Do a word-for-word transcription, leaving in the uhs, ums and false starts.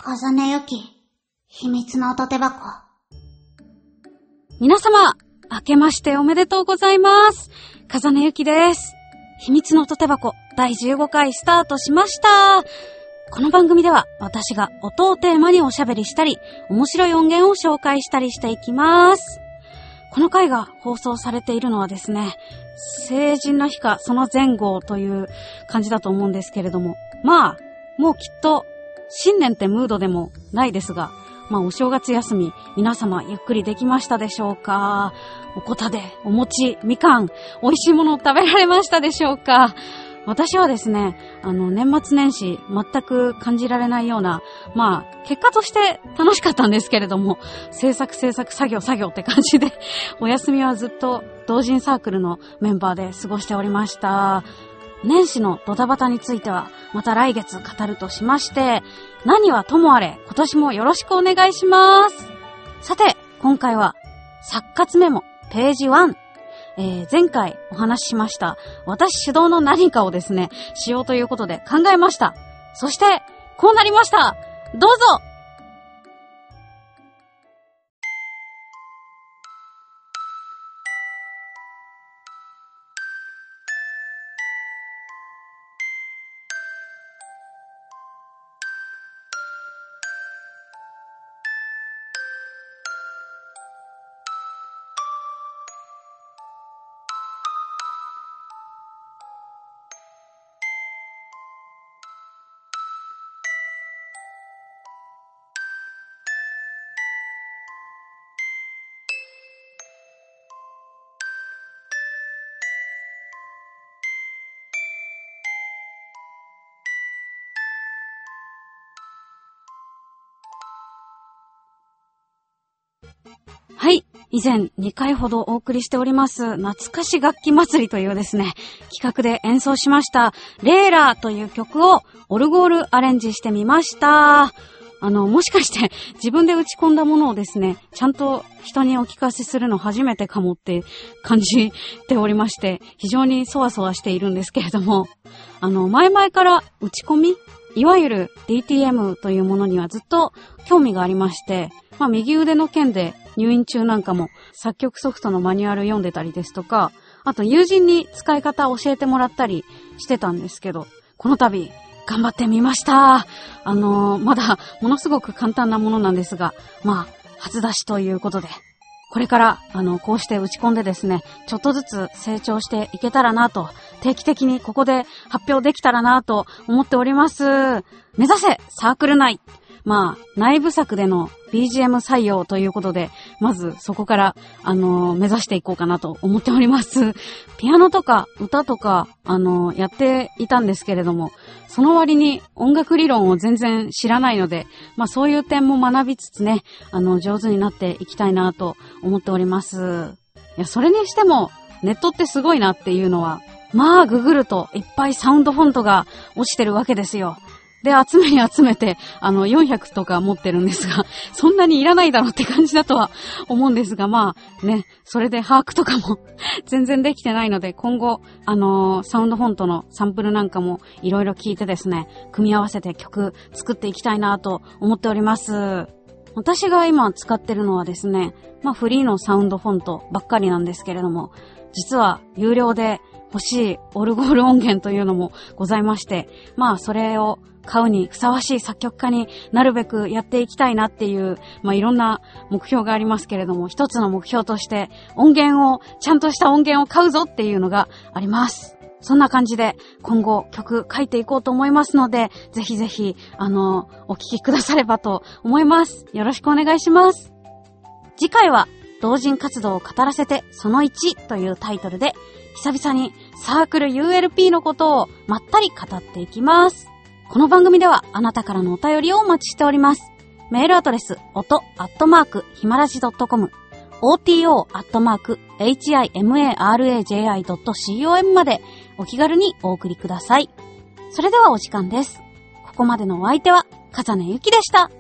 風根ゆき、秘密のおとて箱。 皆様、明けましておめでとうございます。風根ゆきです。秘密のおとて箱だいじゅうごかいスタートしました。この番組では私が音をテーマにおしゃべりしたり、面白い音源を紹介したりしていきます。この回が放送されているのはですね、成人の日かその前後という感じだと思うんですけれども、まあ、もうきっと新年ってムードでもないですが、まあお正月休み、皆様ゆっくりできましたでしょうか？おこたで、お餅、みかん、美味しいものを食べられましたでしょうか？私はですね、あの年末年始全く感じられないような、まあ結果として楽しかったんですけれども、制作制作作業作業って感じで、お休みはずっと同人サークルのメンバーで過ごしておりました。年始のドタバタについてはまた来月語るとしまして、何はともあれ今年もよろしくお願いします。さて、今回は作活メモページいち、えー、前回お話ししました私主導の何かをですねしようということで考えました。そしてこうなりました。どうぞ。はい。以前にかいほどお送りしております懐かし楽器祭りというですね、企画で演奏しましたレーラーという曲をオルゴールアレンジしてみました。あの、もしかして自分で打ち込んだものをですね、ちゃんと人にお聞かせするの初めてかもって感じておりまして、非常にそわそわしているんですけれども、あの、前々から打ち込みいわゆる ディーティーエム というものにはずっと興味がありまして、まあ右腕の件で入院中なんかも作曲ソフトのマニュアル読んでたりですとか、あと友人に使い方を教えてもらったりしてたんですけど、この度頑張ってみました。あのー、まだものすごく簡単なものなんですが、まあ初出しということで、これからあのこうして打ち込んでですね、ちょっとずつ成長していけたらなと、定期的にここで発表できたらなと思っております。目指せサークル内。まあ内部作での ビージーエム 採用ということで、まずそこからあのー、目指していこうかなと思っております。ピアノとか歌とかあのー、やっていたんですけれども、その割に音楽理論を全然知らないので、まあそういう点も学びつつね、あの上手になっていきたいなと思っております。いや、それにしてもネットってすごいなっていうのは、まあググるといっぱいサウンドフォントが落ちてるわけですよ。で、集めに集めて、あの、よんひゃくとか持ってるんですが、そんなにいらないだろうって感じだとは思うんですが、まあ、ね、それで把握とかも全然できてないので、今後、あのー、サウンドフォントのサンプルなんかもいろいろ聞いてですね、組み合わせて曲作っていきたいなと思っております。私が今使ってるのはですね、まあ、フリーのサウンドフォントばっかりなんですけれども、実は有料で欲しいオルゴール音源というのもございまして、まあ、それを買うにふさわしい作曲家になるべくやっていきたいなっていう、まあいろんな目標がありますけれども、一つの目標として音源を、ちゃんとした音源を買うぞっていうのがあります。そんな感じで今後曲書いていこうと思いますので、ぜひぜひ、あの、お聴きくださればと思います。よろしくお願いします。次回は、同人活動を語らせてそのいちというタイトルで、久々にサークル ユーエルピー のことをまったり語っていきます。この番組ではあなたからのお便りをお待ちしております。メールアドレス、音アットマークヒマラジドットコム、オーティーオー アットマーク エイチアイエムエーアールエージェーアイドットコム までお気軽にお送りください。それではお時間です。ここまでのお相手は、風根ゆきでした。